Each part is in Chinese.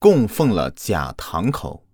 供奉了假堂口。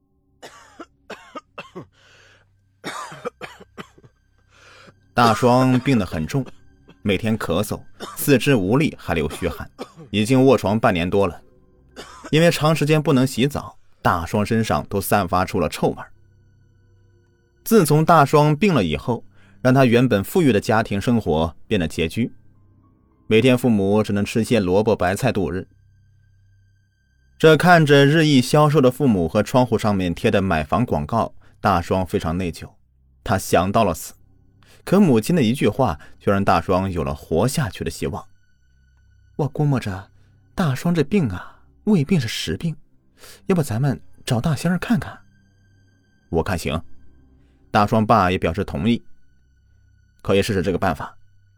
大双病得很重，每天咳嗽，四肢无力，还流虚汗，已经卧床半年多了。因为长时间不能洗澡，大双身上都散发出了臭味。自从大双病了以后，让他原本富裕的家庭生活变得拮据，每天父母只能吃些萝卜白菜度日。这看着日益消瘦的父母和窗户上面贴的买房广告，大双非常内疚，他想到了死。可母亲的一句话却让大双有了活下去的希望。我估摸着大双这病啊，未必是实病，要不咱们找大仙儿看看？我看行。大双爸也表示同意，可以试试这个办法。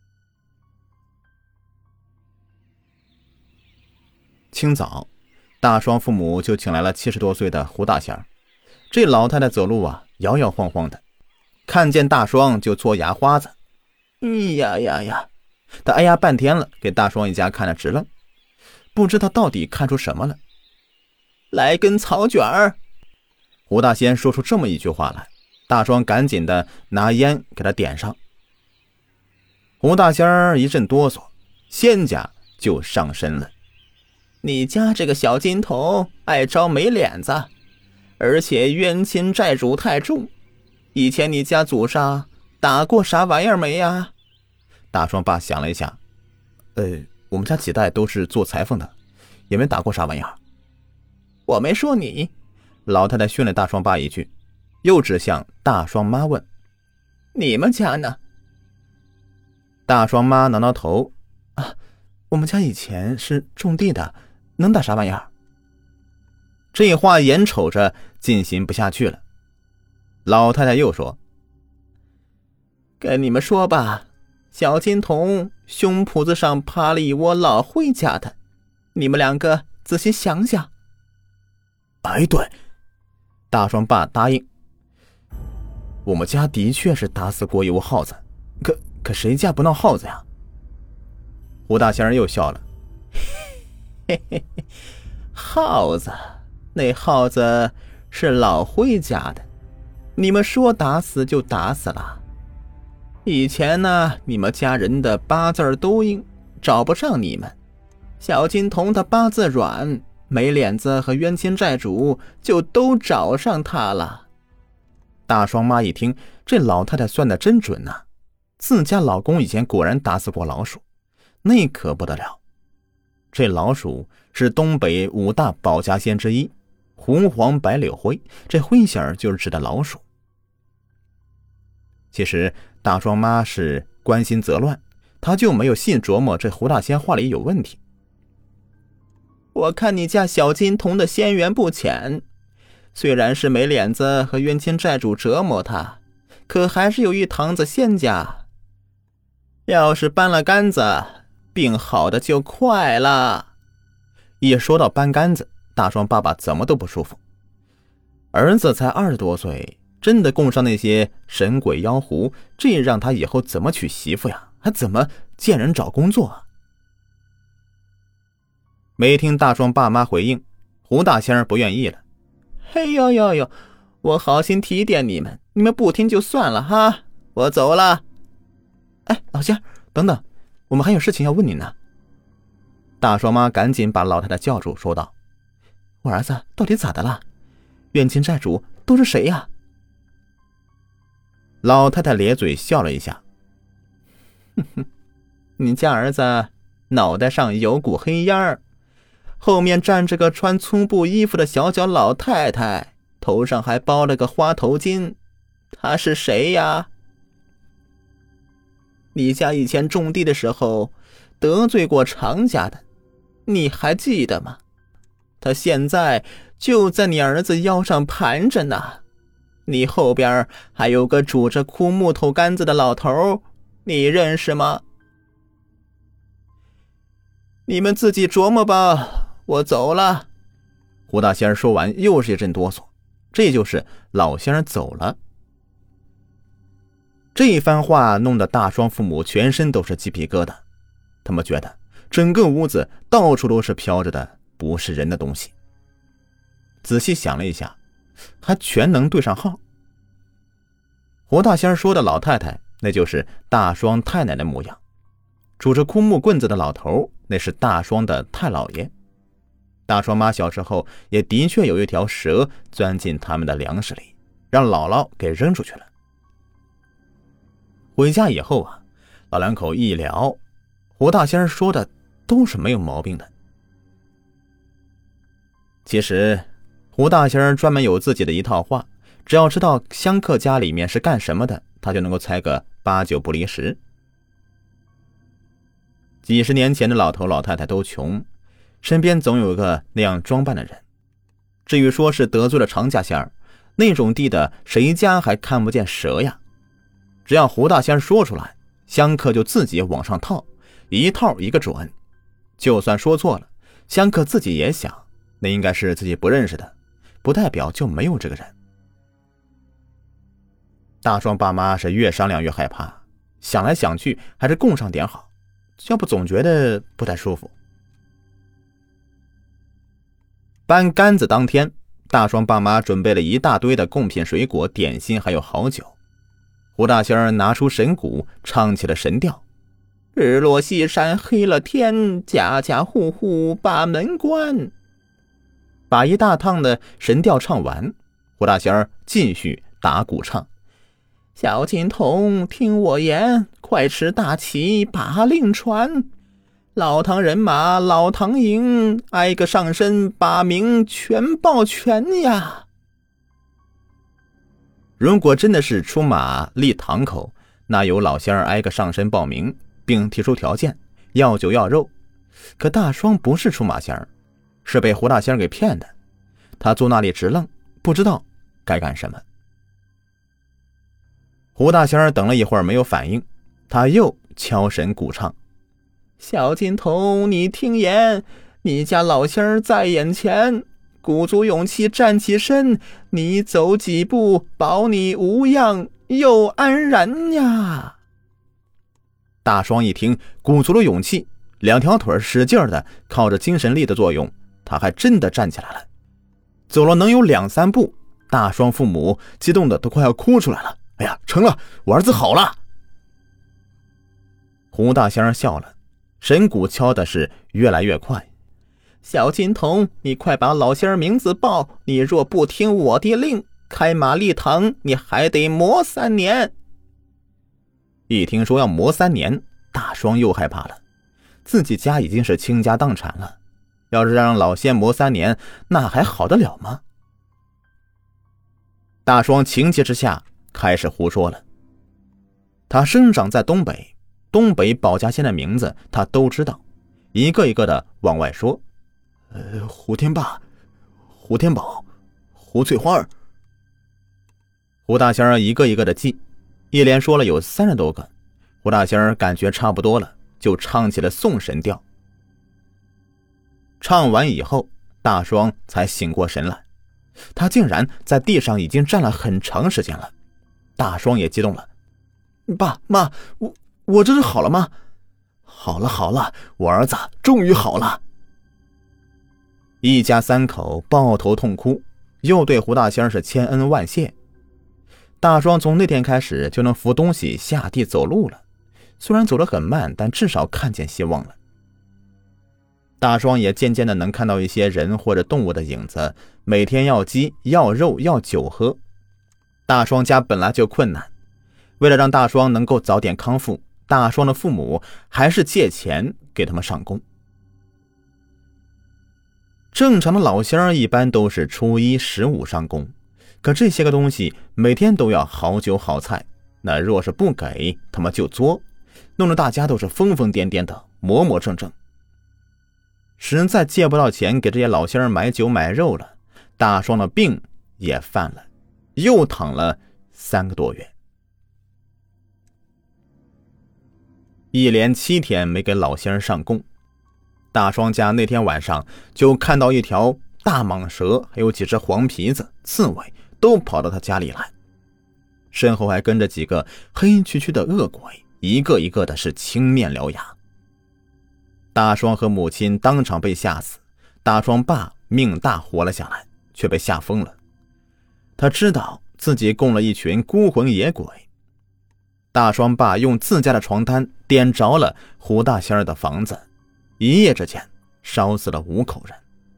清早，大双父母就请来了70多岁的胡大仙儿。这老太太走路啊，摇摇晃晃的，看见大双就搓牙花子。呀，他哎呀半天了，给大双一家看得直愣，不知道到底看出什么了。来根草卷儿。胡大仙说出这么一句话来，大双赶紧的拿烟给他点上。胡大仙儿一阵哆嗦，仙家就上身了。你家这个小金童爱招没脸子，而且冤亲债主太重，以前你家祖上打过啥玩意儿没呀？大双爸想了一下，我们家几代都是做裁缝的，也没打过啥玩意儿。我没说你。老太太训了大双爸一句，又指向大双妈问：你们家呢？大双妈挠挠头，我们家以前是种地的，能打啥玩意儿？这话眼瞅着进行不下去了。老太太又说：跟你们说吧，小金童胸脯子上趴了一窝老灰家的，你们两个仔细想想。对，大双爸答应。我们家的确是打死过一窝耗子，可谁家不闹耗子呀？胡大仙儿又笑了。耗子，那耗子是老灰家的，你们说打死就打死了。以前呢，你们家人的八字都硬，找不上你们。小金童的八字软，没脸子和冤亲债主就都找上他了。大双妈一听，这老太太算得真准啊，自家老公以前果然打死过老鼠，那可不得了。这老鼠是东北5大保家仙之一，红黄白柳灰，这灰线就是指的老鼠。其实大双妈是关心则乱，她就没有细琢磨这胡大仙话里有问题。我看你家小金童的仙缘不浅，虽然是没脸子和冤亲债主折磨他，可还是有一堂子仙家。要是搬了杆子，病好的就快了。一说到搬杆子，大双爸爸怎么都不舒服。儿子才20多岁，真的供上那些神鬼妖狐，这让他以后怎么娶媳妇呀？还怎么见人找工作啊？没听大双爸妈回应，胡大仙儿不愿意了。嘿呦，我好心提点你们，你们不听就算了哈，我走了。老仙儿，等等，我们还有事情要问你呢。大双妈赶紧把老太太叫住，说道：我儿子到底咋的了？冤亲债主都是谁呀？老太太咧嘴笑了一下，你家儿子脑袋上有股黑烟儿，后面站着个穿粗布衣服的小脚老太太，头上还包了个花头巾，她是谁呀？你家以前种地的时候得罪过常家的，你还记得吗？他现在就在你儿子腰上盘着呢，你后边还有个拄着枯木头杆子的老头，你认识吗？你们自己琢磨吧，我走了。胡大仙儿说完又是一阵哆嗦，这就是老仙儿走了。这一番话弄得大双父母全身都是鸡皮疙瘩，他们觉得整个屋子到处都是飘着的不是人的东西。 仔细想了一下，还全能对上号。胡大仙说的老太太，那就是大双太奶的模样；拄着枯木棍子的老头，那是大双的太老爷。大双妈小时候也的确有一条蛇钻进他们的粮食里，让姥姥给扔出去了。回家以后啊，老两口一聊，胡大仙说的都是没有毛病的。其实胡大仙专门有自己的一套话，只要知道香客家里面是干什么的，他就能够猜个8、9不离10。几十年前的老头老太太都穷，身边总有个那样装扮的人。至于说是得罪了常家仙儿，那种地的谁家还看不见蛇呀？只要胡大仙说出来，香客就自己往上套，一套一个准。就算说错了，香客自己也想，那应该是自己不认识的，不代表就没有这个人。大双爸妈是越商量越害怕，想来想去还是供上点好，要不总觉得不太舒服。搬杆子当天，大双爸妈准备了一大堆的贡品水果点心还有好酒。胡大仙儿拿出神鼓，唱起了神调：日落西山黑了天，家家户户把门关。把一大趟的神调唱完，胡大仙儿继续打鼓唱：小金童听我言，快持大旗把令传，老唐人马老唐营，挨个上身把名全报全呀。如果真的是出马立堂口，那由老仙儿挨个上身报名，并提出条件，要酒要肉。可大双不是出马仙儿，是被胡大仙儿给骗的。他坐那里直愣，不知道该干什么。胡大仙儿等了一会儿没有反应，他又敲神鼓唱：小金童你听言，你家老仙儿在眼前，鼓足勇气站起身，你走几步保你无恙又安然呀。大双一听，鼓足了勇气，两条腿使劲的靠着精神力的作用，他还真的站起来了。走了能有2、3步，大双父母激动的都快要哭出来了。哎呀，成了，我儿子好了。胡大仙儿笑了，神鼓敲的是越来越快。小金童，你快把老仙儿名字报，你若不听我的令，开马立堂你还得磨3年。一听说要磨3年，大双又害怕了，自己家已经是倾家荡产了，要是让老仙磨3年，那还好得了吗？大双情急之下开始胡说了。他生长在东北，东北保家仙的名字他都知道，一个一个的往外说：胡天霸、胡天宝、胡翠花儿。胡大仙儿一个一个的记，一连说了有30多个。胡大仙儿感觉差不多了，就唱起了送神调。唱完以后，大双才醒过神来，他竟然在地上已经站了很长时间了。大双也激动了：爸妈，我这是好了吗？好了好了，我儿子终于好了。一家3口抱头痛哭，又对胡大仙儿是千恩万谢。大双从那天开始就能扶东西下地走路了，虽然走得很慢，但至少看见希望了。大双也渐渐的能看到一些人或者动物的影子，每天要鸡要肉要酒喝。大双家本来就困难，为了让大双能够早点康复，大双的父母还是借钱给他们上工。正常的老仙儿一般都是初1、15上工，可这些个东西每天都要好酒好菜，那若是不给，他们就作，弄得大家都是疯疯癫癫的，磨磨蹭蹭。实在借不到钱给这些老仙儿买酒买肉了，大双的病也犯了，又躺了3个多月。一连7天没给老仙儿上供。大双家那天晚上就看到一条大蟒蛇，还有几只黄皮子、刺猬都跑到他家里来，身后还跟着几个黑黢黢的恶鬼，一个一个的是青面獠牙。大双和母亲当场被吓死，大双爸命大活了下来， 却被吓疯了。他知道自己供了一群孤魂野鬼。大双爸用自家的床单点着了胡大仙儿的房子，一夜之间烧死了5口人。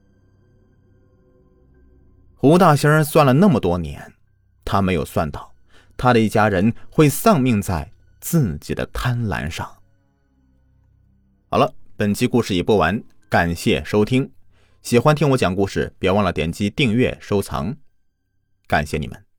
胡大仙儿算了那么多年，他没有算到他的一家人会丧命在自己的贪婪上。好了，本期故事已播完，感谢收听。喜欢听我讲故事，别忘了点击订阅收藏，感谢你们。